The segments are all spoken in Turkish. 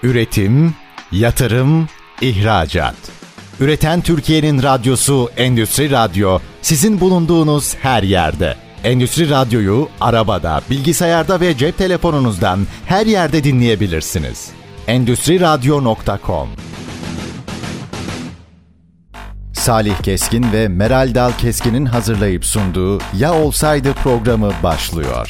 Üretim, yatırım, ihracat. Üreten Türkiye'nin radyosu Endüstri Radyo, sizin bulunduğunuz her yerde. Endüstri Radyo'yu arabada, bilgisayarda ve cep telefonunuzdan her yerde dinleyebilirsiniz. Endüstriradyo.com. Salih Keskin ve Meral Dal Keskin'in hazırlayıp sunduğu Ya Olsaydı programı başlıyor.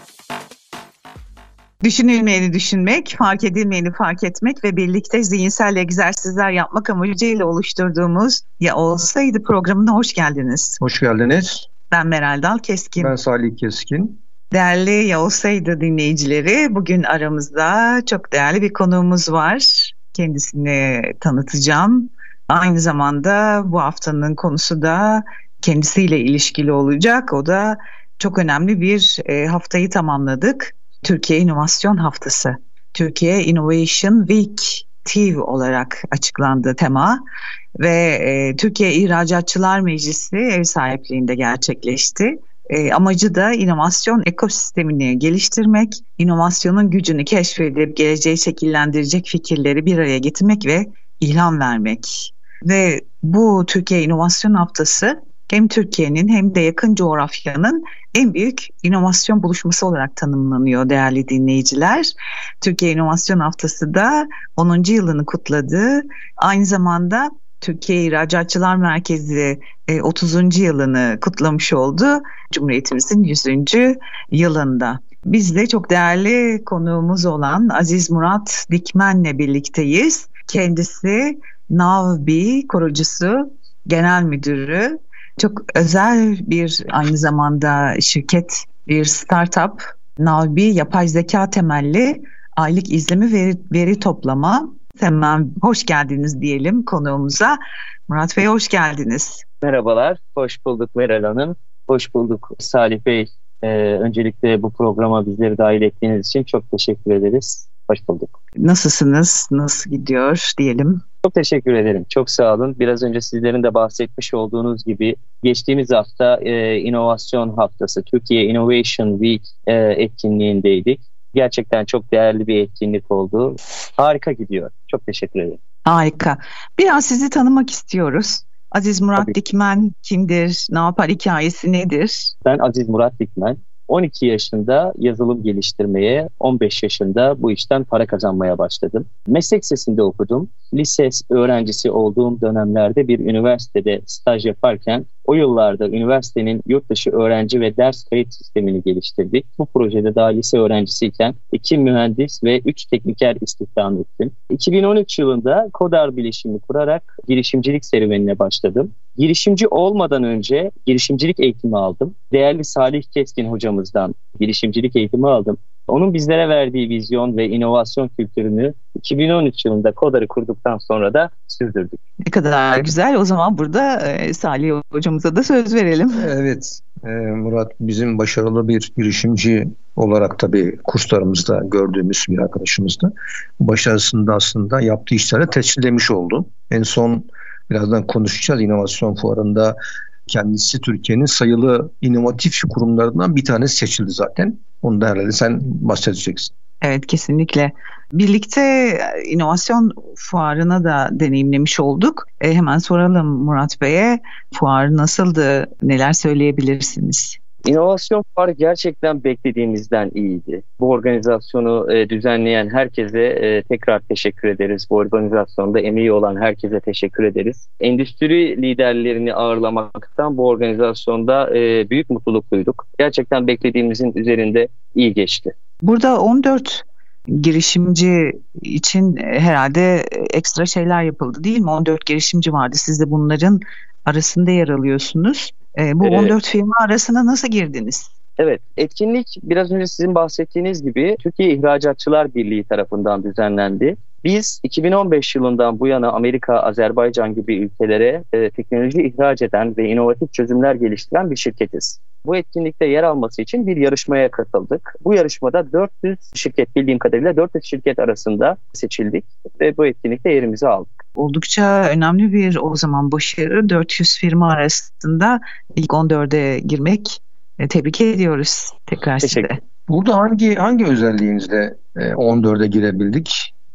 Düşünülmeyeni düşünmek, fark edilmeyeni fark etmek ve birlikte zihinsel egzersizler yapmak amacıyla oluşturduğumuz Ya Olsaydı programına hoş geldiniz. Hoş geldiniz. Ben Meral Dal Keskin. Ben Salih Keskin. Değerli Ya Olsaydı dinleyicileri, bugün aramızda çok değerli bir konuğumuz var. Kendisini tanıtacağım. Aynı zamanda bu haftanın konusu da kendisiyle ilişkili olacak. O da çok önemli bir haftayı tamamladık. Türkiye İnovasyon Haftası. Türkiye Innovation Week TİV olarak açıklandı tema ve Türkiye İhracatçılar Meclisi ev sahipliğinde gerçekleşti. Amacı da inovasyon ekosistemini geliştirmek, inovasyonun gücünü keşfedip geleceği şekillendirecek fikirleri bir araya getirmek ve ilham vermek. Ve bu Türkiye İnovasyon Haftası hem Türkiye'nin hem de yakın coğrafyanın en büyük inovasyon buluşması olarak tanımlanıyor değerli dinleyiciler. Türkiye İnovasyon Haftası da 10. yılını kutladı. Aynı zamanda Türkiye İhracatçılar Merkezi 30. yılını kutlamış oldu. Cumhuriyetimizin 100. yılında. Biz de çok değerli konuğumuz olan Aziz Murat Dikmen'le birlikteyiz. Kendisi Navbi kurucusu, genel müdürü. Çok özel bir aynı zamanda şirket, bir startup. Navbi yapay zeka temelli aylık izleme veri toplama. Hemen hoş geldiniz diyelim konuğumuza. Murat Bey hoş geldiniz. Merhabalar, hoş bulduk Meral Hanım. Hoş bulduk Salih Bey. Öncelikle bu programa bizleri dahil ettiğiniz için çok teşekkür ederiz. Hoş bulduk. Nasılsınız? Nasıl gidiyor diyelim? Çok teşekkür ederim. Çok sağ olun. Biraz önce sizlerin de bahsetmiş olduğunuz gibi geçtiğimiz hafta İnovasyon Haftası, Türkiye Innovation Week etkinliğindeydik. Gerçekten çok değerli bir etkinlik oldu. Harika gidiyor. Çok teşekkür ederim. Harika. Biraz sizi tanımak istiyoruz. Aziz Murat Tabii. Dikmen kimdir? Ne yapar? Hikayesi nedir? Ben Aziz Murat Dikmen. 12 yaşında yazılım geliştirmeye, 15 yaşında bu işten para kazanmaya başladım. Meslek lisesinde okudum. Lise öğrencisi olduğum dönemlerde bir üniversitede staj yaparken o yıllarda üniversitenin yurt dışı öğrenci ve ders kayıt sistemini geliştirdik. Bu projede daha lise öğrencisiyken 2 mühendis ve 3 tekniker istihdam ettim. 2013 yılında Kodar bilişimi kurarak girişimcilik serüvenine başladım. Girişimci olmadan önce girişimcilik eğitimi aldım. Değerli Salih Keskin hocamızdan girişimcilik eğitimi aldım. Onun bizlere verdiği vizyon ve inovasyon kültürünü 2013 yılında Kodar'ı kurduktan sonra da sürdürdük. Ne kadar güzel. O zaman burada Salih hocamıza da söz verelim. Evet, Murat bizim başarılı bir girişimci olarak tabii kurslarımızda gördüğümüz bir arkadaşımızdı. Başarısında aslında yaptığı işleri tescillemiş oldu. En son birazdan konuşacağız. İnovasyon Fuarı'nda kendisi Türkiye'nin sayılı inovatif kurumlarından bir tanesi seçildi zaten. Onu da herhalde sen bahsedeceksin. Evet, kesinlikle. Birlikte inovasyon fuarına da deneyimlemiş olduk. Hemen soralım Murat Bey'e. Fuar nasıldı? Neler söyleyebilirsiniz? İnovasyon Fuarı gerçekten beklediğimizden iyiydi. Bu organizasyonu düzenleyen herkese tekrar teşekkür ederiz. Bu organizasyonda emeği olan herkese teşekkür ederiz. Endüstri liderlerini ağırlamaktan bu organizasyonda büyük mutluluk duyduk. Gerçekten beklediğimizin üzerinde iyi geçti. Burada 14 girişimci için herhalde ekstra şeyler yapıldı değil mi? 14 girişimci vardı. Siz de bunların arasında yer alıyorsunuz. Bu 14 firma arasına nasıl girdiniz? Evet, etkinlik biraz önce sizin bahsettiğiniz gibi Türkiye İhracatçılar Birliği tarafından düzenlendi. Biz 2015 yılından bu yana Amerika, Azerbaycan gibi ülkelere teknoloji ihraç eden ve inovatif çözümler geliştiren bir şirketiz. Bu etkinlikte yer alması için bir yarışmaya katıldık. Bu yarışmada 400 şirket, bildiğim kadarıyla 400 şirket arasında seçildik ve bu etkinlikte yerimizi aldık. Oldukça önemli bir o zaman başarı. 400 firma arasında ilk 14'e girmek. Tebrik ediyoruz tekrar size. Burada hangi özelliğinizle 14'e girebildik?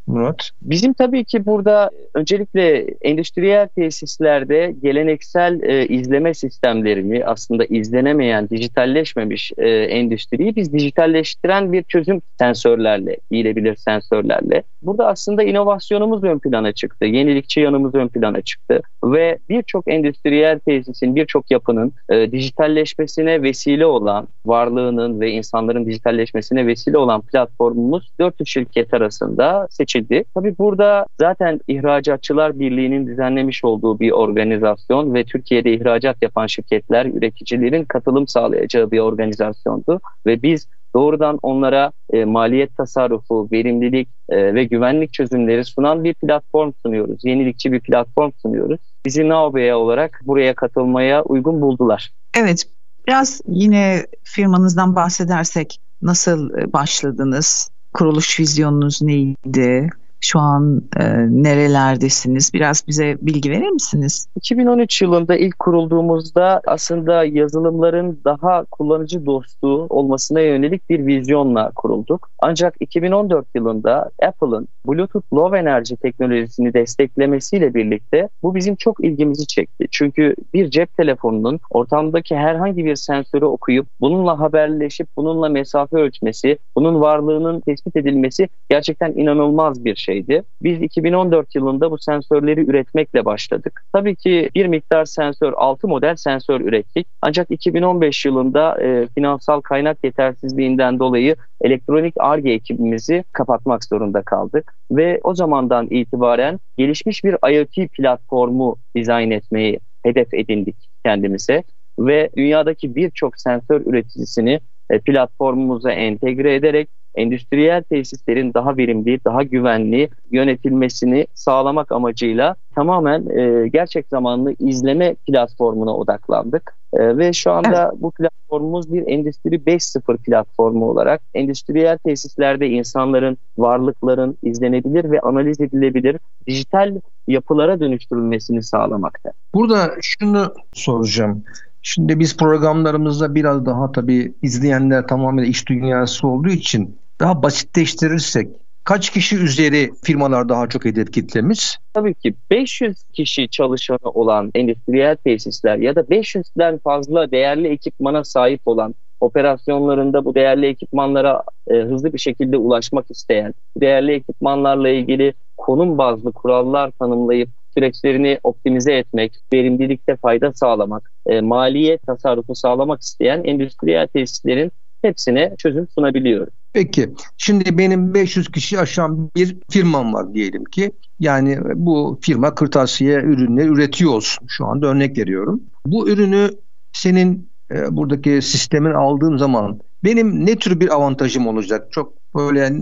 Murat? Bizim tabii ki burada öncelikle endüstriyel tesislerde geleneksel izleme sistemlerini, aslında izlenemeyen, dijitalleşmemiş endüstriyi biz dijitalleştiren bir çözüm sensörlerle, giyilebilir sensörlerle. Burada aslında inovasyonumuz ön plana çıktı, yenilikçi yanımız ön plana çıktı ve birçok endüstriyel tesisin, birçok yapının dijitalleşmesine vesile olan, varlığının ve insanların dijitalleşmesine vesile olan platformumuz 400 şirket arasında seçildi. Tabii burada zaten İhracatçılar Birliği'nin düzenlemiş olduğu bir organizasyon ve Türkiye'de ihracat yapan şirketler, üreticilerin katılım sağlayacağı bir organizasyondu ve biz doğrudan onlara maliyet tasarrufu, verimlilik ve güvenlik çözümleri sunan bir platform sunuyoruz. Yenilikçi bir platform sunuyoruz. Bizi Naobeya olarak buraya katılmaya uygun buldular. Evet, biraz yine firmanızdan bahsedersek nasıl başladınız? Kuruluş vizyonunuz neydi? Şu an nerelerdesiniz? Biraz bize bilgi verir misiniz? 2013 yılında ilk kurulduğumuzda aslında yazılımların daha kullanıcı dostu olmasına yönelik bir vizyonla kurulduk. Ancak 2014 yılında Apple'ın Bluetooth Low Energy teknolojisini desteklemesiyle birlikte bu bizim çok ilgimizi çekti. Çünkü bir cep telefonunun ortamdaki herhangi bir sensörü okuyup bununla haberleşip bununla mesafe ölçmesi, bunun varlığının tespit edilmesi gerçekten inanılmaz bir şeydi. Biz 2014 yılında bu sensörleri üretmekle başladık. Tabii ki bir miktar sensör, 6 model sensör ürettik. Ancak 2015 yılında finansal kaynak yetersizliğinden dolayı elektronik Ar-Ge ekibimizi kapatmak zorunda kaldık. Ve o zamandan itibaren gelişmiş bir IoT platformu dizayn etmeyi hedef edindik kendimize. Ve dünyadaki birçok sensör üreticisini platformumuza entegre ederek endüstriyel tesislerin daha verimli, daha güvenli yönetilmesini sağlamak amacıyla tamamen gerçek zamanlı izleme platformuna odaklandık. Ve şu anda bu platformumuz bir Endüstri 5.0 platformu olarak endüstriyel tesislerde insanların, varlıkların izlenebilir ve analiz edilebilir dijital yapılara dönüştürülmesini sağlamakta. Burada şunu soracağım. Şimdi biz programlarımızda biraz daha tabii izleyenler tamamen iş dünyası olduğu için daha basitleştirirsek kaç kişi üzeri firmalar daha çok hedef kitlemiz? Tabii ki 500 kişi çalışanı olan endüstriyel tesisler ya da 500'den fazla değerli ekipmana sahip olan, operasyonlarında bu değerli ekipmanlara hızlı bir şekilde ulaşmak isteyen, değerli ekipmanlarla ilgili konum bazlı kurallar tanımlayıp süreçlerini optimize etmek, verimlilikte fayda sağlamak, maliyet tasarrufu sağlamak isteyen endüstriyel tesislerin hepsine çözüm sunabiliyoruz. Peki, şimdi benim 500 kişi aşan bir firmam var diyelim ki. Yani bu firma kırtasiye ürünleri üretiyor olsun. Şu anda örnek veriyorum. Bu ürünü senin buradaki sistemin aldığım zaman benim ne tür bir avantajım olacak? Çok böyle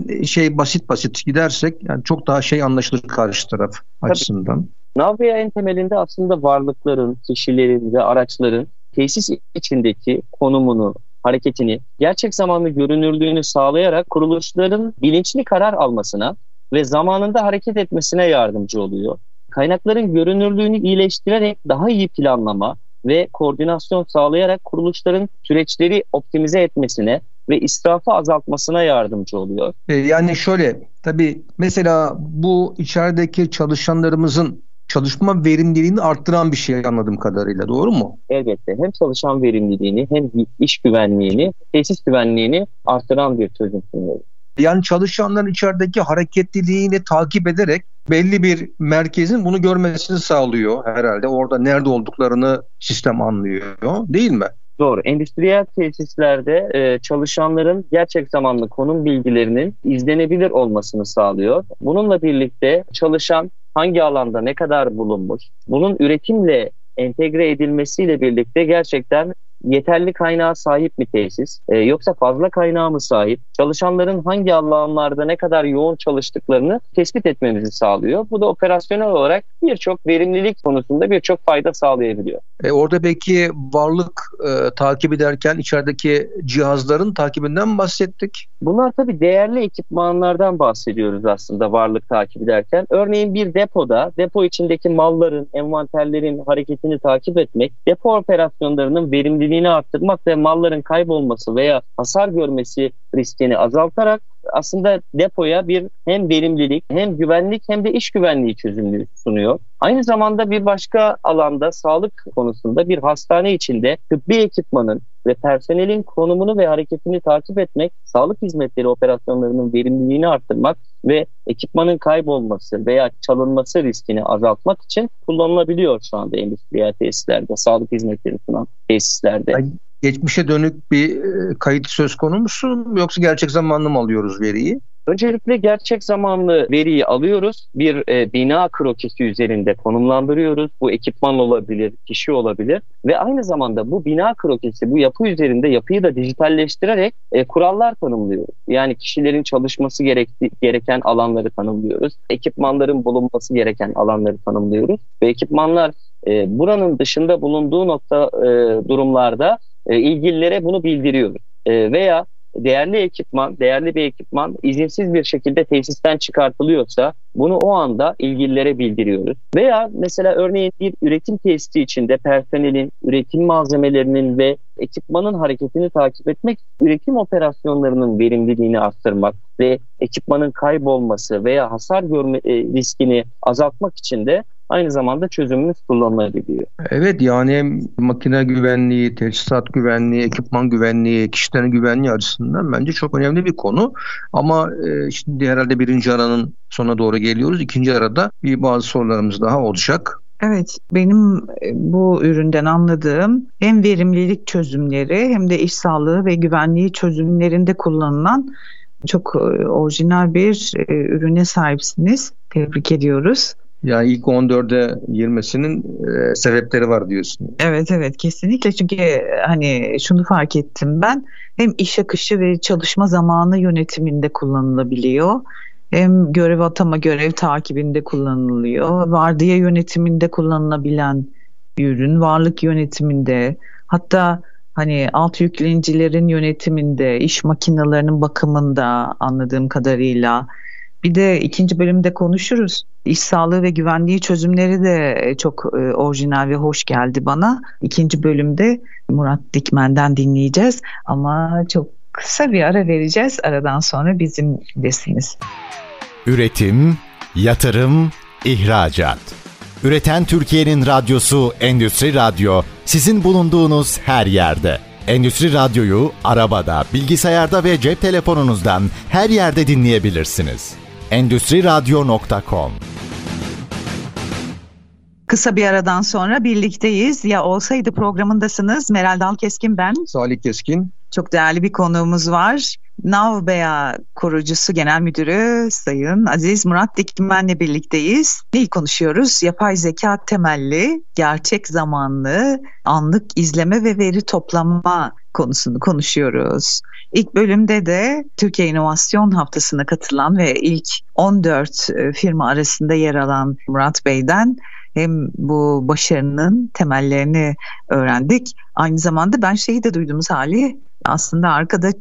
basit gidersek yani çok daha anlaşılır karşı taraf açısından. Naobeya en temelinde aslında varlıkların, kişilerin ve araçların tesis içindeki konumunu, hareketini, gerçek zamanlı görünürlüğünü sağlayarak kuruluşların bilinçli karar almasına ve zamanında hareket etmesine yardımcı oluyor. Kaynakların görünürlüğünü iyileştirerek daha iyi planlama ve koordinasyon sağlayarak kuruluşların süreçleri optimize etmesine ve israfı azaltmasına yardımcı oluyor. Yani şöyle, tabii mesela bu içerideki çalışanlarımızın çalışma verimliliğini arttıran bir şey anladığım kadarıyla, doğru mu? Elbette. Hem çalışan verimliliğini hem iş güvenliğini, tesis güvenliğini arttıran bir çözüm sunuyoruz. Yani çalışanların içerideki hareketliliğini takip ederek belli bir merkezin bunu görmesini sağlıyor herhalde. Orada nerede olduklarını sistem anlıyor, değil mi? Doğru. Endüstriyel tesislerde çalışanların gerçek zamanlı konum bilgilerinin izlenebilir olmasını sağlıyor. Bununla birlikte çalışan hangi alanda ne kadar bulunmuş, bunun üretimle entegre edilmesiyle birlikte gerçekten yeterli kaynağa sahip mi tesis, yoksa fazla kaynağı mı sahip, çalışanların hangi alanlarda ne kadar yoğun çalıştıklarını tespit etmemizi sağlıyor. Bu da operasyonel olarak birçok verimlilik konusunda birçok fayda sağlayabiliyor. Orada peki varlık takip ederken içerideki cihazların takibinden bahsettik. Bunlar tabii değerli ekipmanlardan bahsediyoruz aslında varlık takip ederken. Örneğin bir depoda, depo içindeki malların, envanterlerin hareketini takip etmek, depo operasyonlarının verimliliğini arttırmak ve malların kaybolması veya hasar görmesi riskini azaltarak aslında depoya bir hem verimlilik hem güvenlik hem de iş güvenliği çözümü sunuyor. Aynı zamanda bir başka alanda sağlık konusunda bir hastane içinde tıbbi ekipmanın ve personelin konumunu ve hareketini takip etmek, sağlık hizmetleri operasyonlarının verimliliğini arttırmak ve ekipmanın kaybolması veya çalınması riskini azaltmak için kullanılabiliyor şu anda endüstriyel tesislerde, sağlık hizmetleri sunan tesislerde. Geçmişe dönük bir kayıt söz konusu mu yoksa gerçek zamanlı mı alıyoruz veriyi? Öncelikle gerçek zamanlı veriyi alıyoruz. Bir bina krokisi üzerinde konumlandırıyoruz. Bu ekipman olabilir, kişi olabilir ve aynı zamanda bu bina krokisi, bu yapı üzerinde yapıyı da dijitalleştirerek kurallar tanımlıyoruz. Yani kişilerin çalışması gereken alanları tanımlıyoruz. Ekipmanların bulunması gereken alanları tanımlıyoruz ve ekipmanlar buranın dışında bulunduğu durumlarda ilgililere bunu bildiriyoruz. Veya değerli bir ekipman izinsiz bir şekilde tesisten çıkartılıyorsa bunu o anda ilgililere bildiriyoruz. Veya mesela örneğin bir üretim tesisi içinde personelin, üretim malzemelerinin ve ekipmanın hareketini takip etmek, üretim operasyonlarının verimliliğini arttırmak ve ekipmanın kaybolması veya hasar görme riskini azaltmak için de aynı zamanda çözümümüz kullanılabiliyor. Evet, yani makine güvenliği, teçhizat güvenliği, ekipman güvenliği, kişilerin güvenliği açısından bence çok önemli bir konu. Ama şimdi herhalde birinci aranın sonuna doğru geliyoruz. İkinci arada bazı sorularımız daha olacak. Evet, benim bu üründen anladığım hem verimlilik çözümleri hem de iş sağlığı ve güvenliği çözümlerinde kullanılan çok orijinal bir ürüne sahipsiniz. Tebrik ediyoruz. Yani ilk 14'e girmesinin sebepleri var diyorsun. Evet kesinlikle, çünkü hani şunu fark ettim ben, hem iş akışı ve çalışma zamanı yönetiminde kullanılabiliyor, hem görev atama, görev takibinde kullanılıyor, vardiya yönetiminde kullanılabilen bir ürün, varlık yönetiminde, hatta hani alt yüklenicilerin yönetiminde, iş makinelerinin bakımında anladığım kadarıyla. Bir de ikinci bölümde konuşuruz. İş sağlığı ve güvenliği çözümleri de çok orijinal ve hoş geldi bana. İkinci bölümde Murat Dikmen'den dinleyeceğiz ama çok kısa bir ara vereceğiz. Aradan sonra bizimlesiniz. Üretim, yatırım, ihracat. Üreten Türkiye'nin radyosu Endüstri Radyo, sizin bulunduğunuz her yerde. Endüstri Radyo'yu arabada, bilgisayarda ve cep telefonunuzdan her yerde dinleyebilirsiniz. Endüstriradyo.com. Kısa bir aradan sonra birlikteyiz. Ya olsaydı programındasınız. Meral Dalkeskin ben. Salih Keskin. Çok değerli bir konuğumuz var. Navbea kurucusu genel müdürü Sayın Aziz Murat Dikmen'le birlikteyiz. Neyi konuşuyoruz? Yapay zeka temelli, gerçek zamanlı, anlık izleme ve veri toplama konusunu konuşuyoruz. İlk bölümde de Türkiye İnovasyon Haftası'na katılan ve ilk 14 firma arasında yer alan Murat Bey'den hem bu başarının temellerini öğrendik. Aynı zamanda ben şeyi de duydum Salih. Aslında arkada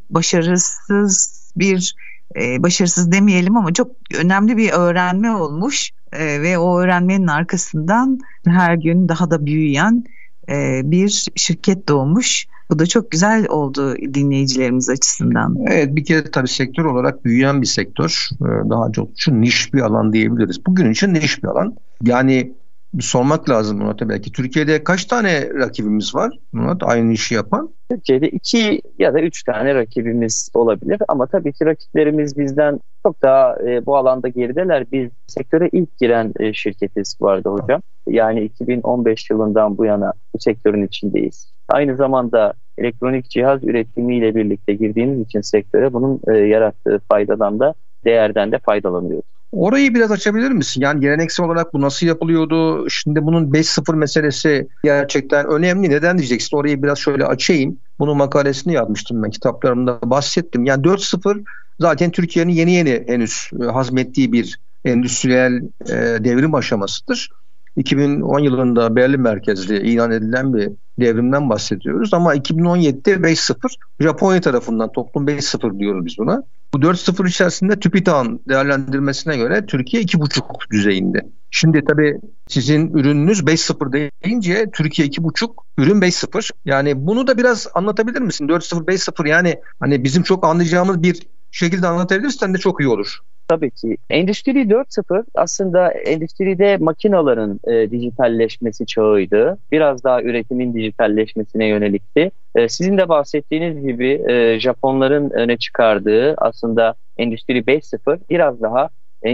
başarısız demeyelim ama çok önemli bir öğrenme olmuş ve o öğrenmenin arkasından her gün daha da büyüyen bir şirket doğmuş. Bu da çok güzel oldu dinleyicilerimiz açısından. Evet, bir kere tabii sektör olarak büyüyen bir sektör. Daha çok şu niş bir alan diyebiliriz. Bugün için niş bir alan. Yani sormak lazım Murat'a, belki Türkiye'de kaç tane rakibimiz var Murat aynı işi yapan? Türkiye'de 2 ya da 3 tane rakibimiz olabilir ama tabii ki rakiplerimiz bizden çok daha bu alanda gerideler. Biz sektöre ilk giren şirketiz bu arada hocam. Yani 2015 yılından bu yana bu sektörün içindeyiz. Aynı zamanda elektronik cihaz üretimiyle birlikte girdiğimiz için sektöre bunun yarattığı faydadan da değerden de faydalanıyoruz. Orayı biraz açabilir misin? Yani geleneksel olarak bu nasıl yapılıyordu? Şimdi bunun 5.0 meselesi gerçekten önemli. Neden diyeceksin? Orayı biraz şöyle açayım. Bunun makalesini yazmıştım ben, kitaplarımda bahsettim. Yani 4.0 zaten Türkiye'nin yeni henüz hazmettiği bir endüstriyel devrim aşamasıdır. 2010 yılında Berlin merkezli ilan edilen bir devrimden bahsediyoruz. Ama 2017'de 5.0 Japonya tarafından toplum 5.0 diyoruz biz buna. Bu 4.0 içerisinde TÜBİTAK'ın değerlendirmesine göre Türkiye 2.5 düzeyinde. Şimdi tabii sizin ürününüz 5.0 deyince Türkiye 2.5, ürün 5.0. Yani bunu da biraz anlatabilir misin? 4.0, 5.0 yani hani bizim çok anlayacağımız bir şekilde anlatabilirsen de çok iyi olur. Tabii ki. Endüstri 4.0 aslında endüstride makinaların dijitalleşmesi çağıydı. Biraz daha üretimin dijitalleşmesine yönelikti. Sizin de bahsettiğiniz gibi Japonların öne çıkardığı aslında Endüstri 5.0 biraz daha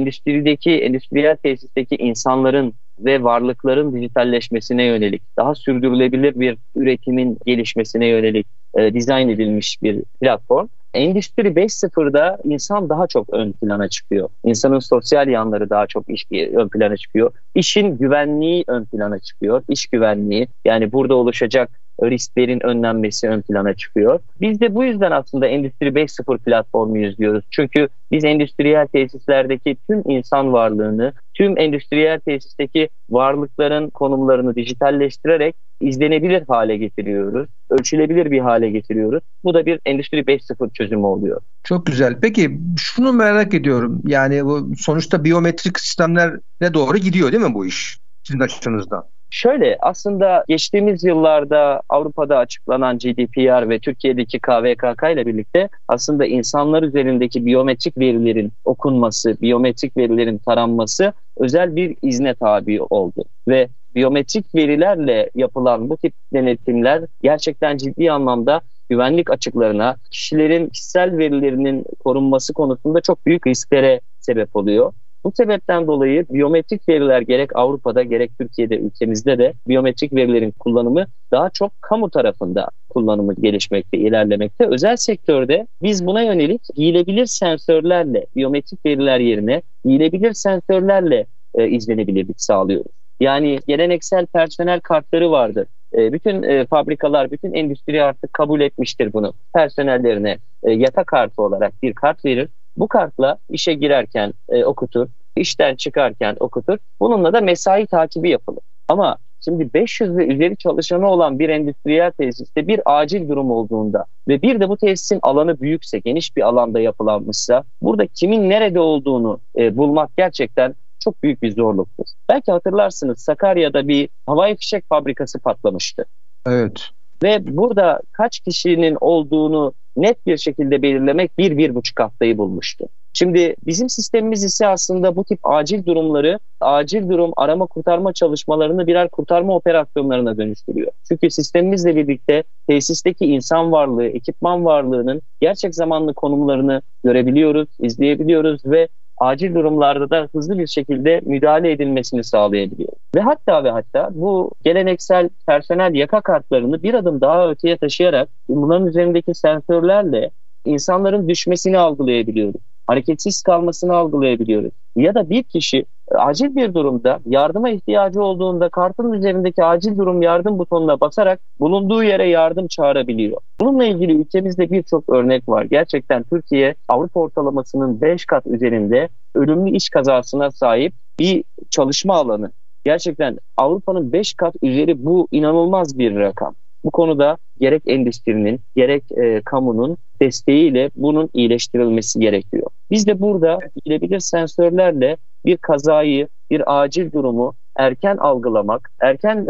endüstriyel tesisteki insanların ve varlıkların dijitalleşmesine yönelik, daha sürdürülebilir bir üretimin gelişmesine yönelik dizayn edilmiş bir platform. Endüstri 5.0'da insan daha çok ön plana çıkıyor. İnsanın sosyal yanları daha çok ön plana çıkıyor. İşin güvenliği ön plana çıkıyor. İş güvenliği, yani burada oluşacak risklerin önlenmesi ön plana çıkıyor. Biz de bu yüzden aslında Endüstri 5.0 platformuyuz diyoruz. Çünkü biz endüstriyel tesislerdeki tüm insan varlığını, tüm endüstriyel tesisteki varlıkların konumlarını dijitalleştirerek izlenebilir hale getiriyoruz. Ölçülebilir bir hale getiriyoruz. Bu da bir Endüstri 5.0 çözümü oluyor. Çok güzel. Peki şunu merak ediyorum. Yani bu sonuçta biyometrik sistemlere doğru gidiyor değil mi bu iş sizin açınızdan? Şöyle, aslında geçtiğimiz yıllarda Avrupa'da açıklanan GDPR ve Türkiye'deki KVKK ile birlikte aslında insanlar üzerindeki biyometrik verilerin okunması, biyometrik verilerin taranması özel bir izne tabi oldu. Ve biyometrik verilerle yapılan bu tip denetimler gerçekten ciddi anlamda güvenlik açıklarına, kişilerin kişisel verilerinin korunması konusunda çok büyük risklere sebep oluyor. Bu sebepten dolayı biyometrik veriler gerek Avrupa'da gerek Türkiye'de, ülkemizde de biyometrik verilerin kullanımı daha çok kamu tarafında kullanımı gelişmekte, ilerlemekte. Özel sektörde biz buna yönelik giyilebilir sensörlerle, biyometrik veriler yerine giyilebilir sensörlerle izlenebilirlik sağlıyoruz. Yani geleneksel personel kartları vardı. Bütün fabrikalar, bütün endüstri artık kabul etmiştir bunu. Personellerine yata kartı olarak bir kart verir. Bu kartla işe girerken okutur, işten çıkarken okutur. Bununla da mesai takibi yapılır. Ama şimdi 500 ve üzeri çalışanı olan bir endüstriyel tesiste bir acil durum olduğunda ve bir de bu tesisin alanı büyükse, geniş bir alanda yapılanmışsa burada kimin nerede olduğunu bulmak gerçekten çok büyük bir zorluktur. Belki hatırlarsınız, Sakarya'da bir havai fişek fabrikası patlamıştı. Evet. Ve burada kaç kişinin olduğunu net bir şekilde belirlemek 1-1,5 haftayı bulmuştu. Şimdi bizim sistemimiz ise aslında bu tip acil durumları, acil durum arama kurtarma çalışmalarını birer kurtarma operasyonlarına dönüştürüyor. Çünkü sistemimizle birlikte tesisteki insan varlığı, ekipman varlığının gerçek zamanlı konumlarını görebiliyoruz, izleyebiliyoruz ve acil durumlarda da hızlı bir şekilde müdahale edilmesini sağlayabiliyor. Ve hatta bu geleneksel personel yaka kartlarını bir adım daha öteye taşıyarak bunların üzerindeki sensörlerle insanların düşmesini algılayabiliyoruz. Hareketsiz kalmasını algılayabiliyoruz. Ya da bir kişi acil bir durumda yardıma ihtiyacı olduğunda kartın üzerindeki acil durum yardım butonuna basarak bulunduğu yere yardım çağırabiliyor. Bununla ilgili ülkemizde birçok örnek var. Gerçekten Türkiye Avrupa ortalamasının 5 kat üzerinde ölümlü iş kazasına sahip bir çalışma alanı. Gerçekten Avrupa'nın 5 kat üzeri, bu inanılmaz bir rakam. Bu konuda gerek endüstrinin gerek kamunun desteğiyle bunun iyileştirilmesi gerekiyor. Biz de burada giyilebilir sensörlerle bir kazayı, bir acil durumu erken algılamak, erken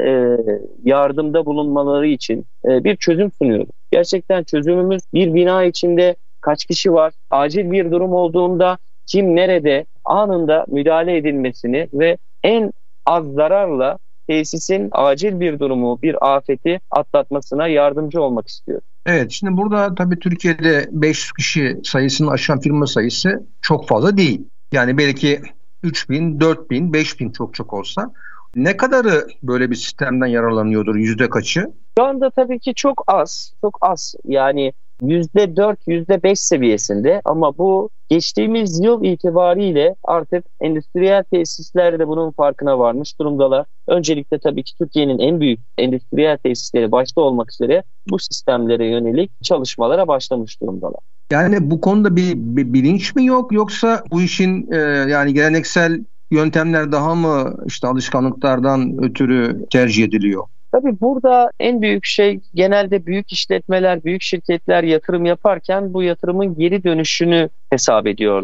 yardımda bulunmaları için bir çözüm sunuyoruz. Gerçekten çözümümüz bir bina içinde kaç kişi var, acil bir durum olduğunda kim nerede anında müdahale edilmesini ve en az zararla tesisin acil bir durumu, bir afeti atlatmasına yardımcı olmak istiyor. Evet, şimdi burada tabii Türkiye'de 500 kişi sayısını aşan firma sayısı çok fazla değil. Yani belki 3.000, 4.000, 5.000 çok olsa. Ne kadarı böyle bir sistemden yararlanıyordur? Yüzde kaçı? Şu anda tabii ki çok az. Yani %4, %5 seviyesinde, ama bu geçtiğimiz yıl itibariyle artık endüstriyel tesisler de bunun farkına varmış durumdalar. Öncelikle tabii ki Türkiye'nin en büyük endüstriyel tesisleri başta olmak üzere bu sistemlere yönelik çalışmalara başlamış durumdalar. Yani bu konuda bir bilinç mi yok, yoksa bu işin yani geleneksel yöntemler daha mı alışkanlıklardan ötürü tercih ediliyor? Tabii burada en büyük şey, genelde büyük işletmeler, büyük şirketler yatırım yaparken bu yatırımın geri dönüşünü hesap ediyorlar.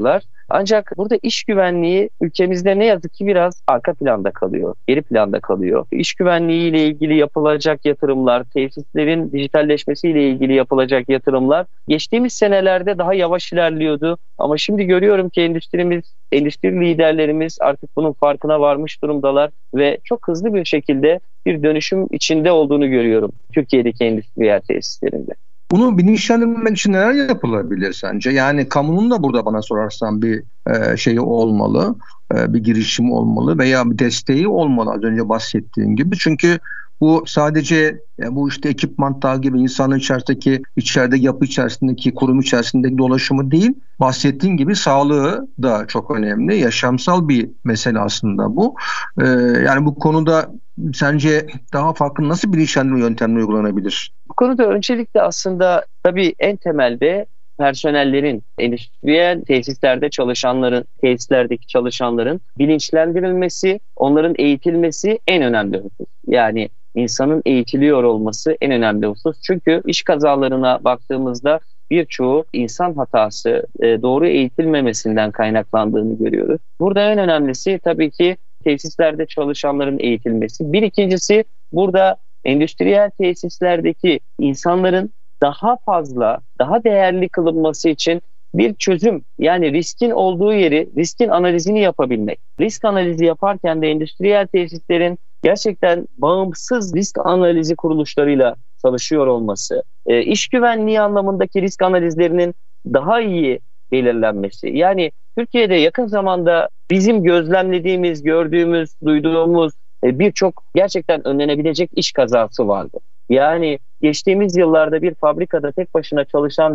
Ancak burada iş güvenliği ülkemizde ne yazık ki biraz arka planda kalıyor, geri planda kalıyor. İş güvenliği ile ilgili yapılacak yatırımlar, tesislerin dijitalleşmesiyle ilgili yapılacak yatırımlar geçtiğimiz senelerde daha yavaş ilerliyordu. Ama şimdi görüyorum ki endüstri liderlerimiz artık bunun farkına varmış durumdalar ve çok hızlı bir şekilde bir dönüşüm içinde olduğunu görüyorum Türkiye'deki endüstriyel tesislerinde. Bunu bilinçlendirmek için neler yapılabilir sence? Yani kamunun da burada bana sorarsan bir şeyi olmalı, bir girişimi olmalı veya bir desteği olmalı az önce bahsettiğin gibi. Çünkü bu sadece bu işte ekipman gibi insanın içeride yapı içerisindeki, kurum içerisindeki dolaşımı değil, bahsettiğin gibi sağlığı da çok önemli. Yaşamsal bir mesele aslında bu. Yani bu konuda sence daha farklı nasıl bilinçlendirme yöntemleri uygulanabilir? Bu konuda öncelikle aslında tabii en temelde personellerin, endüstriyel tesislerde çalışanların, tesislerdeki çalışanların bilinçlendirilmesi, onların eğitilmesi en önemli husus. Yani insanın eğitiliyor olması en önemli husus. Çünkü iş kazalarına baktığımızda birçoğu insan hatası, doğru eğitilmemesinden kaynaklandığını görüyoruz. Burada en önemlisi tabii ki tesislerde çalışanların eğitilmesi. Bir ikincisi burada endüstriyel tesislerdeki insanların daha fazla, daha değerli kılınması için bir çözüm, yani riskin olduğu yeri, riskin analizini yapabilmek. Risk analizi yaparken de endüstriyel tesislerin gerçekten bağımsız risk analizi kuruluşlarıyla çalışıyor olması, iş güvenliği anlamındaki risk analizlerinin daha iyi belirlenmesi. Yani Türkiye'de yakın zamanda bizim gözlemlediğimiz, gördüğümüz, duyduğumuz birçok gerçekten önlenebilecek iş kazası vardı. Yani geçtiğimiz yıllarda bir fabrikada tek başına çalıştığı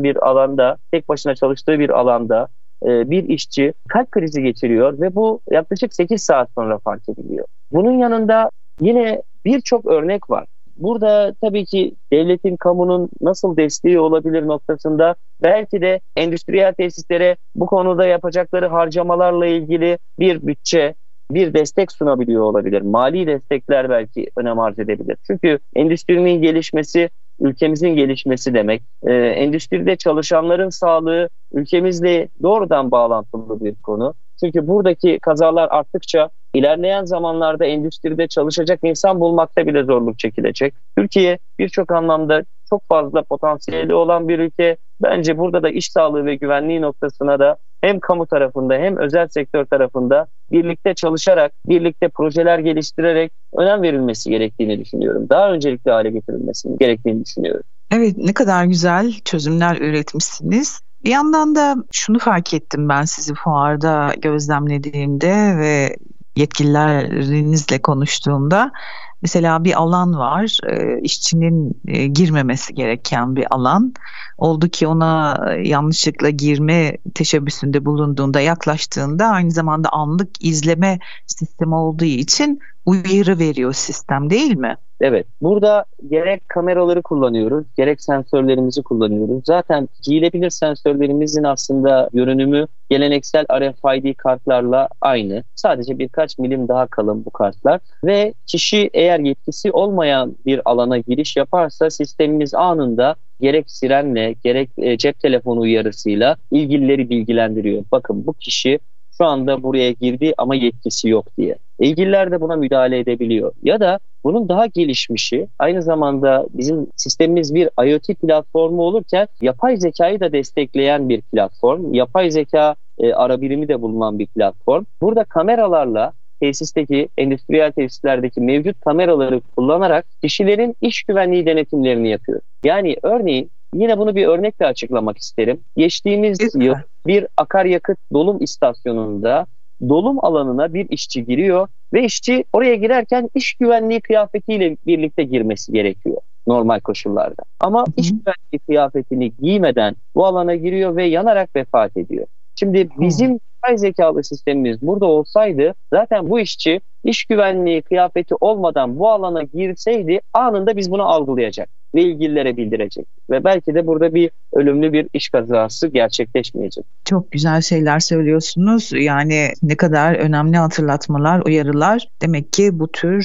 bir alanda bir işçi kalp krizi geçiriyor ve bu yaklaşık 8 saat sonra fark ediliyor. Bunun yanında yine birçok örnek var. Burada tabii ki devletin, kamunun nasıl desteği olabilir noktasında belki de endüstriyel tesislere bu konuda yapacakları harcamalarla ilgili bir bütçe, bir destek sunabiliyor olabilir. Mali destekler belki önem arz edebilir. Çünkü endüstrinin gelişmesi, ülkemizin gelişmesi demek. Endüstride çalışanların sağlığı ülkemizle doğrudan bağlantılı bir konu. Çünkü buradaki kazalar arttıkça ilerleyen zamanlarda endüstride çalışacak insan bulmakta bile zorluk çekilecek. Türkiye birçok anlamda çok fazla potansiyeli olan bir ülke. Bence burada da iş sağlığı ve güvenliği noktasına da hem kamu tarafında hem özel sektör tarafında birlikte çalışarak, birlikte projeler geliştirerek önem verilmesi gerektiğini düşünüyorum. Daha öncelikli hale getirilmesi gerektiğini düşünüyorum. Evet, ne kadar güzel çözümler üretmişsiniz. Bir yandan da şunu fark ettim ben sizi fuarda gözlemlediğimde ve yetkililerinizle konuştuğumda. Mesela bir alan var, işçinin girmemesi gereken bir alan. Oldu ki ona yanlışlıkla girme teşebbüsünde bulunduğunda, yaklaştığında aynı zamanda anlık izleme sistemi olduğu için uyarı veriyor sistem, değil mi? Evet, burada gerek kameraları kullanıyoruz, gerek sensörlerimizi kullanıyoruz. Zaten giyilebilir sensörlerimizin aslında görünümü geleneksel RFID kartlarla aynı. Sadece birkaç milim daha kalın bu kartlar. Ve kişi eğer yetkisi olmayan bir alana giriş yaparsa sistemimiz anında gerek sirenle, gerek cep telefonu uyarısıyla ilgilileri bilgilendiriyor. Bakın, bu kişi şu anda buraya girdi ama yetkisi yok diye. İlgililer de buna müdahale edebiliyor. Ya da bunun daha gelişmişi, aynı zamanda bizim sistemimiz bir IoT platformu olurken yapay zekayı da destekleyen bir platform. Yapay zeka ara birimi de bulunan bir platform. Burada kameralarla tesisteki, endüstriyel tesislerdeki mevcut kameraları kullanarak kişilerin iş güvenliği denetimlerini yapıyor. Yani örneğin, yine bunu bir örnekle açıklamak isterim. Geçtiğimiz yıl bir akaryakıt dolum istasyonunda dolum alanına bir işçi giriyor ve işçi oraya girerken iş güvenliği kıyafetiyle birlikte girmesi gerekiyor normal koşullarda. Ama iş güvenliği kıyafetini giymeden bu alana giriyor ve yanarak vefat ediyor. Şimdi bizim yapay zekalı sistemimiz burada olsaydı zaten bu işçi iş güvenliği kıyafeti olmadan bu alana girseydi anında biz bunu algılayacak ve ilgililere bildirecek. Ve belki de burada bir ölümlü bir iş kazası gerçekleşmeyecek. Çok güzel şeyler söylüyorsunuz. Yani ne kadar önemli hatırlatmalar, uyarılar. Demek ki bu tür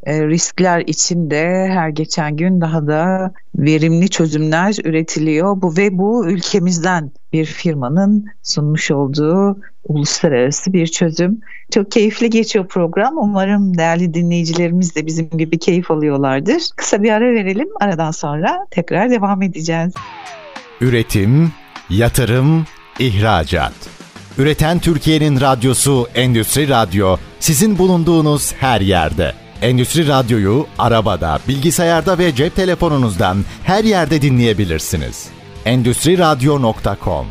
riskler içinde her geçen gün daha da verimli çözümler üretiliyor. Bu ülkemizden bir firmanın sunmuş olduğu uluslararası bir çözüm. Çok keyifli geçiyor program. Umarım değerli dinleyicilerimiz de bizim gibi keyif alıyorlardır. Kısa bir ara verelim. Aradan sonra tekrar devam edeceğiz. Üretim, yatırım, ihracat. Üreten Türkiye'nin radyosu Endüstri Radyo, sizin bulunduğunuz her yerde. Endüstri Radyo'yu arabada, bilgisayarda ve cep telefonunuzdan her yerde dinleyebilirsiniz. Endüstriradyo.com.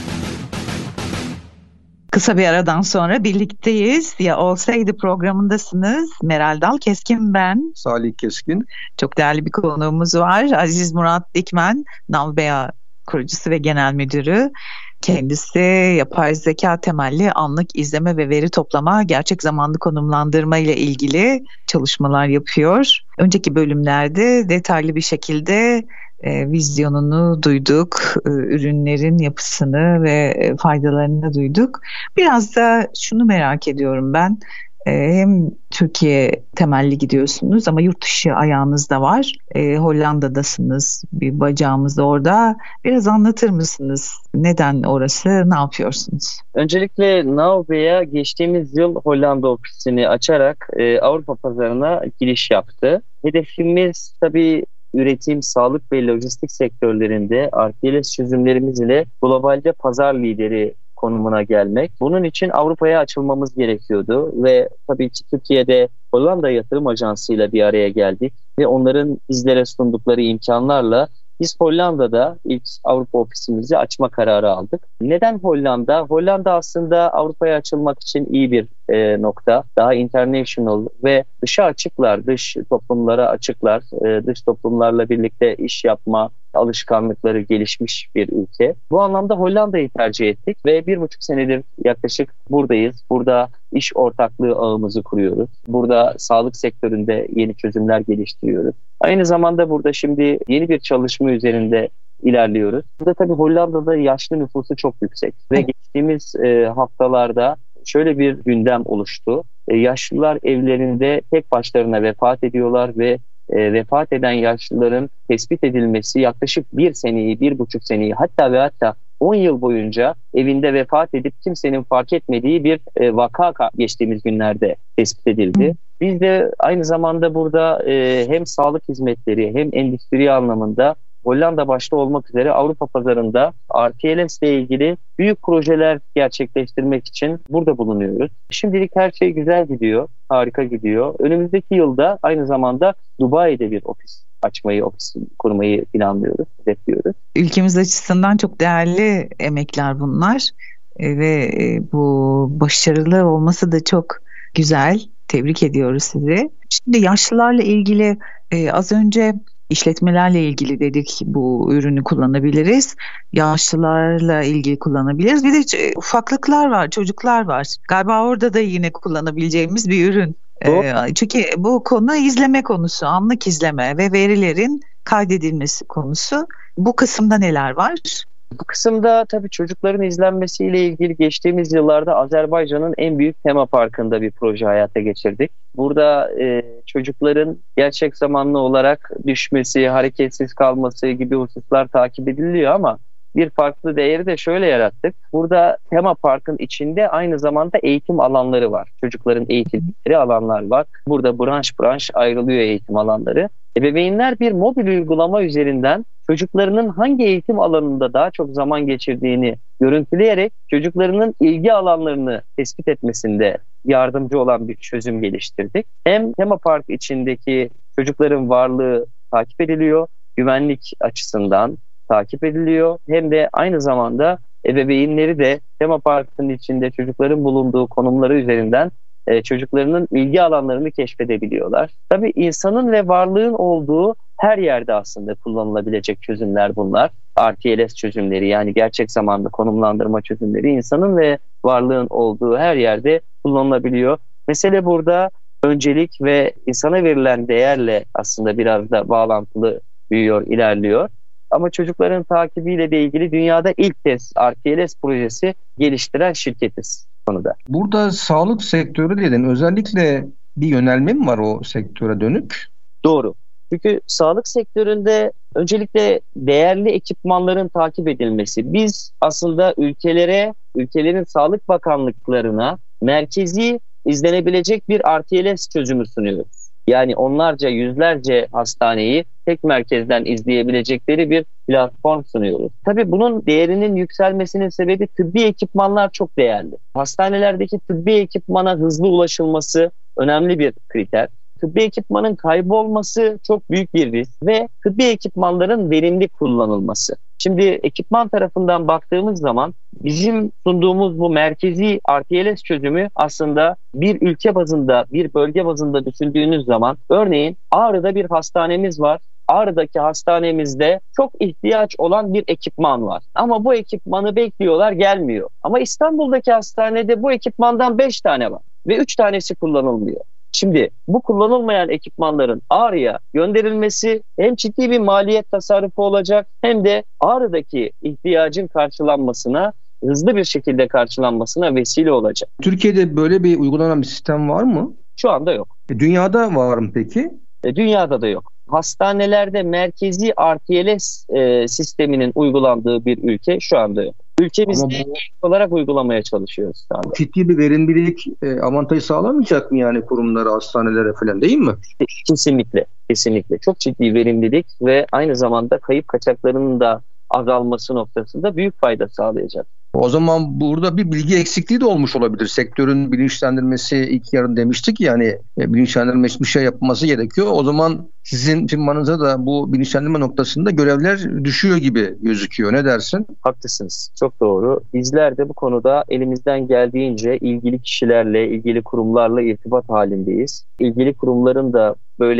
Kısa bir aradan sonra birlikteyiz. Ya Olsaydı programındasınız. Meral Dal Keskin ben. Salih Keskin. Çok değerli bir konuğumuz var. Aziz Murat Dikmen, Navbea kurucusu ve genel müdürü. Kendisi yapay zeka temelli anlık izleme ve veri toplama, gerçek zamanlı konumlandırma ile ilgili çalışmalar yapıyor. Önceki bölümlerde detaylı bir şekilde vizyonunu duyduk, ürünlerin yapısını ve faydalarını duyduk. Biraz da şunu merak ediyorum ben. Hem Türkiye temelli gidiyorsunuz ama yurt dışı ayağınız da var. Hollanda'dasınız, bir bacağımız da orada. Biraz anlatır mısınız? Neden orası, ne yapıyorsunuz? Öncelikle Navbea geçtiğimiz yıl Hollanda ofisini açarak Avrupa pazarına giriş yaptı. Hedefimiz tabii üretim, sağlık ve lojistik sektörlerinde RTLS çözümlerimiz ile globalde pazar lideri konumuna gelmek. Bunun için Avrupa'ya açılmamız gerekiyordu ve tabii ki Türkiye'de Hollanda Yatırım Ajansı ile bir araya geldik ve onların bizlere sundukları imkanlarla biz Hollanda'da ilk Avrupa ofisimizi açma kararı aldık. Neden Hollanda? Hollanda aslında Avrupa'ya açılmak için iyi bir nokta. Daha international ve dışa açıklar, dış toplumlara açıklar, dış toplumlarla birlikte iş yapma alışkanlıkları gelişmiş bir ülke. Bu anlamda Hollanda'yı tercih ettik ve 1,5 senedir yaklaşık buradayız. Burada iş ortaklığı ağımızı kuruyoruz. Burada sağlık sektöründe yeni çözümler geliştiriyoruz. Aynı zamanda burada şimdi yeni bir çalışma üzerinde ilerliyoruz. Burada tabii Hollanda'da yaşlı nüfusu çok yüksek ve geçtiğimiz haftalarda şöyle bir gündem oluştu. Yaşlılar evlerinde tek başlarına vefat ediyorlar ve vefat eden yaşlıların tespit edilmesi yaklaşık 1 seneyi, 1,5 seneyi hatta 10 yıl boyunca evinde vefat edip kimsenin fark etmediği bir vaka geçtiğimiz günlerde tespit edildi. Biz de aynı zamanda burada hem sağlık hizmetleri hem endüstri anlamında Hollanda başta olmak üzere Avrupa pazarında RTLS ile ilgili büyük projeler gerçekleştirmek için burada bulunuyoruz. Şimdilik her şey güzel gidiyor, harika gidiyor. Önümüzdeki yılda aynı zamanda Dubai'de bir ofis kurmayı planlıyoruz, hedefliyoruz. Ülkemiz açısından çok değerli emekler bunlar ve bu başarılı olması da çok güzel. Tebrik ediyoruz sizi. Şimdi yaşlılarla ilgili az önce işletmelerle ilgili dedik, bu ürünü kullanabiliriz. Yaşlılarla ilgili kullanabiliriz. Bir de ufaklıklar var, çocuklar var. Galiba orada da yine kullanabileceğimiz bir ürün. Çünkü bu konu izleme konusu, anlık izleme ve verilerin kaydedilmesi konusu. Bu kısımda neler var? Bu kısımda tabii çocukların izlenmesiyle ilgili geçtiğimiz yıllarda Azerbaycan'ın en büyük tema parkında bir proje hayata geçirdik. Burada çocukların gerçek zamanlı olarak düşmesi, hareketsiz kalması gibi hususlar takip ediliyor ama bir farklı değeri de şöyle yarattık. Burada tema parkın içinde aynı zamanda eğitim alanları var. Çocukların eğitimleri alanlar var. Burada branş ayrılıyor eğitim alanları. Ebeveynler bir mobil uygulama üzerinden çocuklarının hangi eğitim alanında daha çok zaman geçirdiğini görüntüleyerek çocuklarının ilgi alanlarını tespit etmesinde yardımcı olan bir çözüm geliştirdik. Hem tema park içindeki çocukların varlığı takip ediliyor, güvenlik açısından takip ediliyor. Hem de aynı zamanda ebeveynleri de tema parkının içinde çocukların bulunduğu konumları üzerinden çocuklarının ilgi alanlarını keşfedebiliyorlar. Tabii insanın ve varlığın olduğu her yerde aslında kullanılabilecek çözümler bunlar. RTLS çözümleri, yani gerçek zamanlı konumlandırma çözümleri insanın ve varlığın olduğu her yerde kullanılabiliyor. Mesele burada öncelik ve insana verilen değerle aslında biraz da bağlantılı büyüyor, ilerliyor. Ama çocukların takibiyle de ilgili dünyada ilk kez RTLS projesi geliştiren şirketiz konuda. Burada sağlık sektörü dedin. Özellikle bir yönelme mi var o sektöre dönük? Doğru. Çünkü sağlık sektöründe öncelikle değerli ekipmanların takip edilmesi. Biz aslında ülkelerin sağlık bakanlıklarına merkezi izlenebilecek bir RTLS çözümü sunuyoruz. Yani onlarca, yüzlerce hastaneyi tek merkezden izleyebilecekleri bir platform sunuyoruz. Tabii bunun değerinin yükselmesinin sebebi tıbbi ekipmanlar çok değerli. Hastanelerdeki tıbbi ekipmana hızlı ulaşılması önemli bir kriter. Tıbbi ekipmanın kaybolması çok büyük bir risk ve tıbbi ekipmanların verimli kullanılması. Şimdi ekipman tarafından baktığımız zaman bizim sunduğumuz bu merkezi RTLS çözümü aslında bir ülke bazında, bir bölge bazında düşündüğünüz zaman örneğin Ağrı'da bir hastanemiz var. Ağrı'daki hastanemizde çok ihtiyaç olan bir ekipman var. Ama bu ekipmanı bekliyorlar, gelmiyor. Ama İstanbul'daki hastanede bu ekipmandan 5 tane var ve 3 tanesi kullanılmıyor. Şimdi bu kullanılmayan ekipmanların Ağrı'ya gönderilmesi hem ciddi bir maliyet tasarrufu olacak hem de Ağrı'daki ihtiyacın karşılanmasına, hızlı bir şekilde karşılanmasına vesile olacak. Türkiye'de böyle bir uygulanan bir sistem var mı? Şu anda yok. Dünyada var mı peki? Dünyada da yok. Hastanelerde merkezi RTLS sisteminin uygulandığı bir ülke şu anda yok. Ülkemizde ilk olarak uygulamaya çalışıyoruz. Ciddi bir verimlilik avantajı sağlamayacak mı yani kurumlara, hastanelere falan, değil mi? Kesinlikle, kesinlikle. Çok ciddi verimlilik ve aynı zamanda kayıp kaçaklarının da azalması noktasında büyük fayda sağlayacak. O zaman burada bir bilgi eksikliği de olmuş olabilir. Sektörün bilinçlendirmesi, ilk yarın demiştik yani bilinçlendirmesi bir şey yapması gerekiyor. O zaman sizin firmanıza da bu bilinçlendirme noktasında görevler düşüyor gibi gözüküyor. Ne dersin? Haklısınız. Çok doğru. Bizler de bu konuda elimizden geldiğince ilgili kişilerle, ilgili kurumlarla irtibat halindeyiz. İlgili kurumların da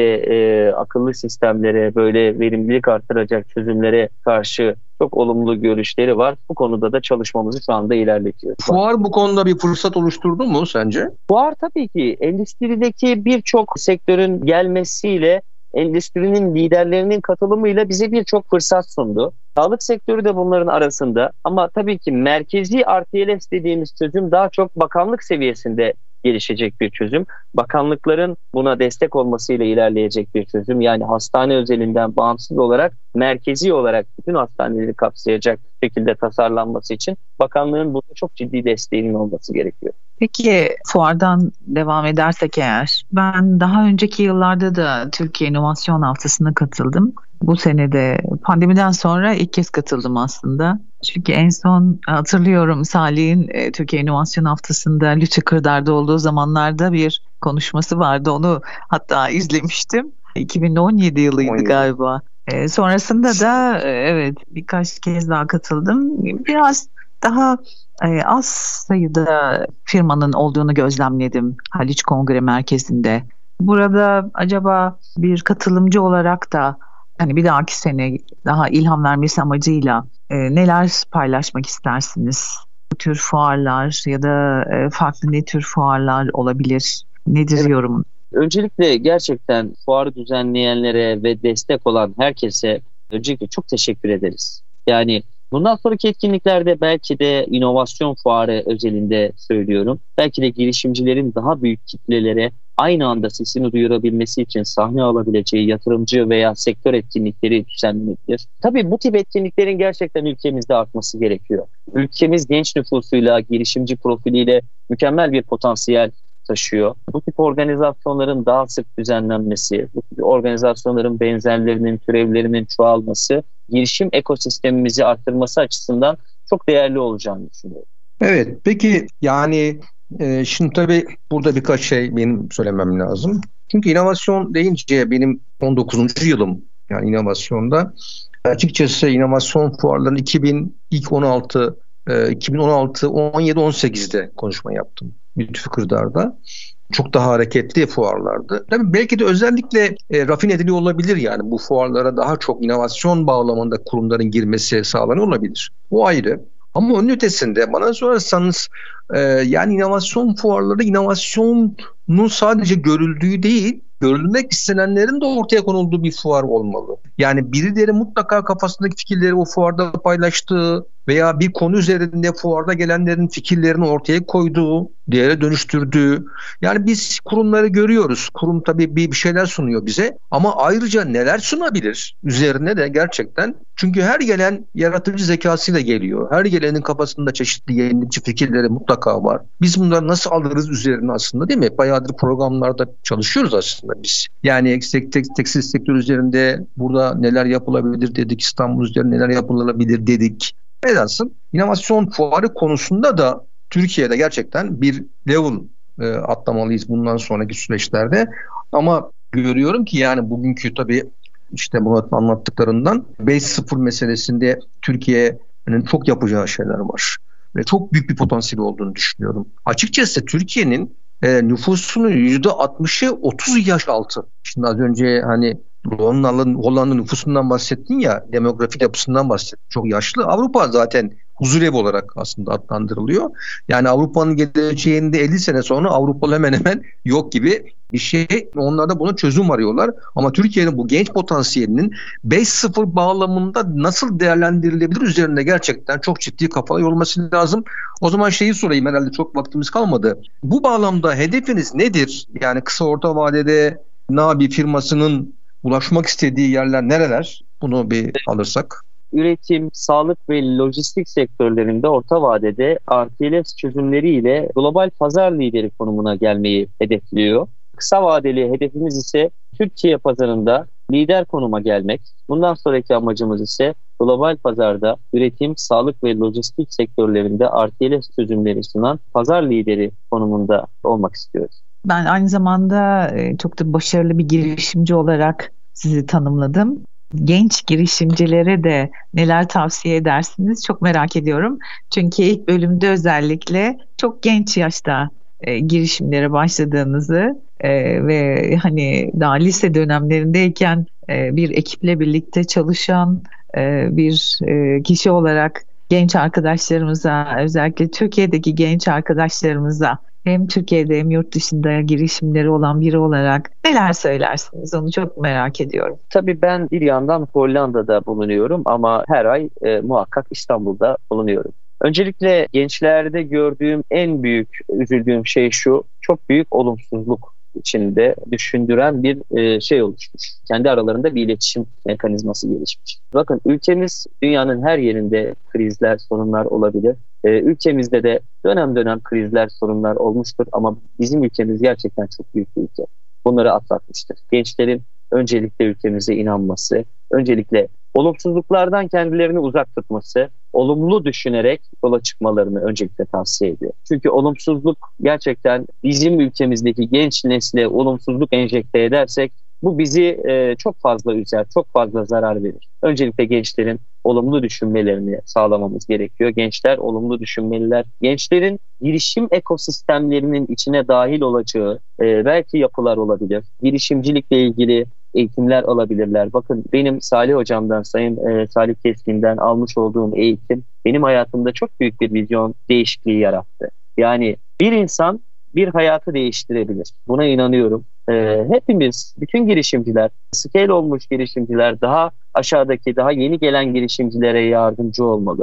böyle akıllı sistemlere, böyle verimlilik artıracak çözümlere karşı çok olumlu görüşleri var. Bu konuda da çalışmamızı şu anda ilerletiyoruz. Fuar bu konuda bir fırsat oluşturdu mu sence? Fuar tabii ki endüstrideki birçok sektörün gelmesiyle, endüstrinin liderlerinin katılımıyla bize birçok fırsat sundu. Sağlık sektörü de bunların arasında ama tabii ki merkezi RTLS dediğimiz çözüm daha çok bakanlık seviyesinde gelişecek bir çözüm. Bakanlıkların buna destek olmasıyla ilerleyecek bir çözüm. Yani hastane özelinden bağımsız olarak merkezi olarak bütün hastaneleri kapsayacak şekilde tasarlanması için bakanlığın burada çok ciddi desteğinin olması gerekiyor. Peki fuardan devam edersek eğer, ben daha önceki yıllarda da Türkiye İnovasyon Haftası'na katıldım. Bu sene de pandemiden sonra ilk kez katıldım aslında. Çünkü en son hatırlıyorum Salih'in Türkiye İnovasyon Haftası'nda Lütfü Kırdar'da olduğu zamanlarda bir konuşması vardı. Onu hatta izlemiştim. 2017 yılıydı galiba. Sonrasında da evet birkaç kez daha katıldım. Biraz daha az sayıda firmanın olduğunu gözlemledim Haliç Kongre Merkezi'nde. Burada acaba bir katılımcı olarak da hani bir dahaki sene daha ilham vermesi amacıyla neler paylaşmak istersiniz? Bu tür fuarlar ya da farklı ne tür fuarlar olabilir? Nedir yorumun? Öncelikle gerçekten fuarı düzenleyenlere ve destek olan herkese öncelikle çok teşekkür ederiz. Yani bundan sonraki etkinliklerde belki de inovasyon fuarı özelinde söylüyorum. Belki de girişimcilerin daha büyük kitlelere aynı anda sesini duyurabilmesi için sahne alabileceği yatırımcı veya sektör etkinlikleri düzenlenmektedir. Tabii bu tip etkinliklerin gerçekten ülkemizde artması gerekiyor. Ülkemiz genç nüfusuyla, girişimci profiliyle mükemmel bir potansiyel taşıyor. Bu tip organizasyonların daha sık düzenlenmesi, bu tip organizasyonların benzerlerinin, türevlerinin çoğalması, girişim ekosistemimizi arttırması açısından çok değerli olacağını düşünüyorum. Evet, peki yani şimdi tabii burada birkaç şey benim söylemem lazım. Çünkü inovasyon deyince benim 19. yılım yani inovasyonda. Açıkçası inovasyon fuarlarının 2016, 17, 18'de konuşma yaptım. Lütfü Kırdar'da. Çok daha hareketli fuarlardı. Tabii belki de özellikle rafine ediliyor olabilir yani bu fuarlara daha çok inovasyon bağlamında kurumların girmesi sağlanıyor olabilir. Bu ayrı. Ama onun ötesinde bana sorarsanız Yani inovasyon fuarları inovasyonun sadece görüldüğü değil, görülmek istenenlerin de ortaya konulduğu bir fuar olmalı. Yani birileri mutlaka kafasındaki fikirleri o fuarda paylaştığı veya bir konu üzerinde fuarda gelenlerin fikirlerini ortaya koyduğu, değere dönüştürdüğü. Yani biz kurumları görüyoruz. Kurum tabii bir şeyler sunuyor bize ama ayrıca neler sunabilir üzerine de gerçekten. Çünkü her gelen yaratıcı zekasıyla geliyor. Her gelenin kafasında çeşitli yenilikçi fikirleri mutlaka var. Biz bunları nasıl alırız üzerine aslında, değil mi? Bayağıdır programlarda çalışıyoruz aslında biz. Yani tekstil sektörü üzerinde burada neler yapılabilir dedik. İstanbul üzerinde neler yapılabilir dedik. Velhasıl inovasyon fuarı konusunda da Türkiye'de gerçekten bir level atlamalıyız bundan sonraki süreçlerde. Ama görüyorum ki yani bugünkü tabii işte Murat'ın anlattıklarından 5.0 meselesinde Türkiye'nin çok yapacağı şeyler var. Ve çok büyük bir potansiyeli olduğunu düşünüyorum. Açıkçası Türkiye'nin nüfusunun %60'ı 30 yaş altı. Şimdi az önce hani Hollanda nüfusundan bahsettin ya, demografik yapısından bahsettin. Çok yaşlı. Avrupa zaten huzurevi olarak aslında adlandırılıyor. Yani Avrupa'nın geleceğinde 50 sene sonra Avrupalı hemen hemen yok gibi bir şey. Onlar da buna çözüm arıyorlar. Ama Türkiye'nin bu genç potansiyelinin 5.0 bağlamında nasıl değerlendirilebilir üzerinde gerçekten çok ciddi kafa yorulması lazım. O zaman şeyi sorayım, herhalde çok vaktimiz kalmadı. Bu bağlamda hedefiniz nedir? Yani kısa orta vadede Nabi firmasının ulaşmak istediği yerler nereler? Bunu bir alırsak. Üretim, sağlık ve lojistik sektörlerinde orta vadede RTLS çözümleriyle global pazar lideri konumuna gelmeyi hedefliyor. Kısa vadeli hedefimiz ise Türkiye pazarında lider konuma gelmek. Bundan sonraki amacımız ise global pazarda üretim, sağlık ve lojistik sektörlerinde RTLS çözümleri sunan pazar lideri konumunda olmak istiyoruz. Ben aynı zamanda çok da başarılı bir girişimci olarak sizi tanımladım. Genç girişimcilere de neler tavsiye edersiniz çok merak ediyorum. Çünkü ilk bölümde özellikle çok genç yaşta girişimlere başladığınızı ve hani daha lise dönemlerindeyken bir ekiple birlikte çalışan bir kişi olarak genç arkadaşlarımıza, özellikle Türkiye'deki genç arkadaşlarımıza hem Türkiye'de hem yurt dışında girişimleri olan biri olarak neler söylersiniz? Onu çok merak ediyorum. Tabii ben bir yandan Hollanda'da bulunuyorum ama her ay muhakkak İstanbul'da bulunuyorum. Öncelikle gençlerde gördüğüm en büyük üzüldüğüm şey şu: çok büyük olumsuzluk içinde düşündüren bir şey oluşmuş. Kendi aralarında bir iletişim mekanizması gelişmiş. Bakın, ülkemiz dünyanın her yerinde krizler, sorunlar olabilir. Ülkemizde de dönem dönem krizler, sorunlar olmuştur ama bizim ülkemiz gerçekten çok büyük bir ülke. Bunları atlatmıştır. Gençlerin öncelikle ülkemize inanması, öncelikle olumsuzluklardan kendilerini uzak tutması, olumlu düşünerek yola çıkmalarını öncelikle tavsiye ediyor. Çünkü olumsuzluk gerçekten bizim ülkemizdeki genç nesle olumsuzluk enjekte edersek bu bizi çok fazla üzer, çok fazla zarar verir. Öncelikle gençlerin olumlu düşünmelerini sağlamamız gerekiyor. Gençler olumlu düşünmeliler. Gençlerin girişim ekosistemlerinin içine dahil olacağı belki yapılar olabilir. Girişimcilikle ilgili eğitimler alabilirler. Bakın, benim Salih Hocam'dan, Sayın Salih Keskin'den almış olduğum eğitim benim hayatımda çok büyük bir vizyon değişikliği yarattı. Yani bir insan bir hayatı değiştirebilir. Buna inanıyorum. Hepimiz, bütün girişimciler, scale olmuş girişimciler, daha aşağıdaki, daha yeni gelen girişimcilere yardımcı olmalı.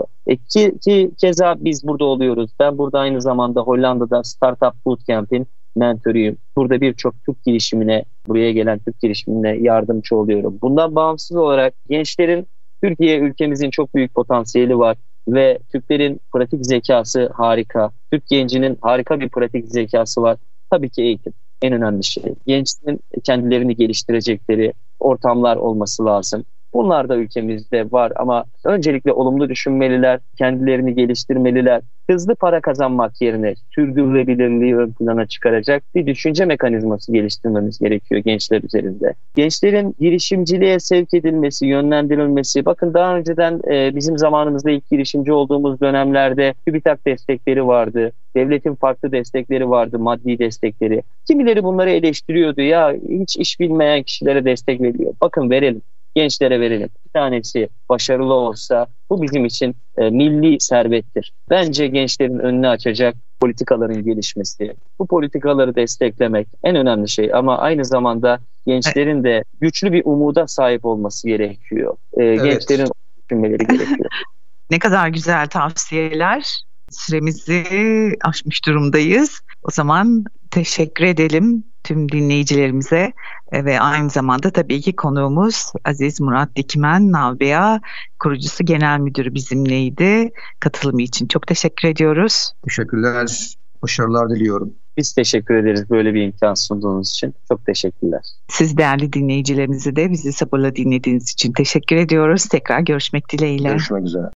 Ki keza biz burada oluyoruz. Ben burada aynı zamanda Hollanda'da Startup Bootcamp'in mentörüyüm. Burada birçok Türk girişimine, buraya gelen Türk girişimine yardımcı oluyorum. Bundan bağımsız olarak gençlerin, Türkiye ülkemizin çok büyük potansiyeli var ve Türklerin pratik zekası harika. Türk gencinin harika bir pratik zekası var. Tabii ki eğitim en önemli şey. Gençlerin kendilerini geliştirecekleri ortamlar olması lazım. Bunlar da ülkemizde var ama öncelikle olumlu düşünmeliler, kendilerini geliştirmeliler. Hızlı para kazanmak yerine sürdürülebilirliği ön plana çıkaracak bir düşünce mekanizması geliştirmemiz gerekiyor gençler üzerinde. Gençlerin girişimciliğe sevk edilmesi, yönlendirilmesi. Bakın, daha önceden bizim zamanımızda ilk girişimci olduğumuz dönemlerde TÜBİTAK destekleri vardı. Devletin farklı destekleri vardı, maddi destekleri. Kimileri bunları eleştiriyordu. Ya hiç iş bilmeyen kişilere destek veriyor. Bakın, verelim. gençlere verelim. Bir tanesi başarılı olsa bu bizim için milli servettir. Bence gençlerin önünü açacak politikaların gelişmesi, bu politikaları desteklemek en önemli şey ama aynı zamanda gençlerin de güçlü bir umuda sahip olması gerekiyor. Gençlerin düşünmeleri gerekiyor. Ne kadar güzel tavsiyeler. Süremizi aşmış durumdayız. O zaman teşekkür edelim tüm dinleyicilerimize ve aynı zamanda tabii ki konuğumuz Aziz Murat Dikmen, Navbea kurucusu genel müdürü bizimleydi. Katılımı için çok teşekkür ediyoruz. Teşekkürler, başarılar diliyorum. Biz teşekkür ederiz böyle bir imkan sunduğunuz için. Çok teşekkürler. Siz değerli dinleyicilerimizi de bizi sabırla dinlediğiniz için teşekkür ediyoruz. Tekrar görüşmek dileğiyle. Görüşmek üzere.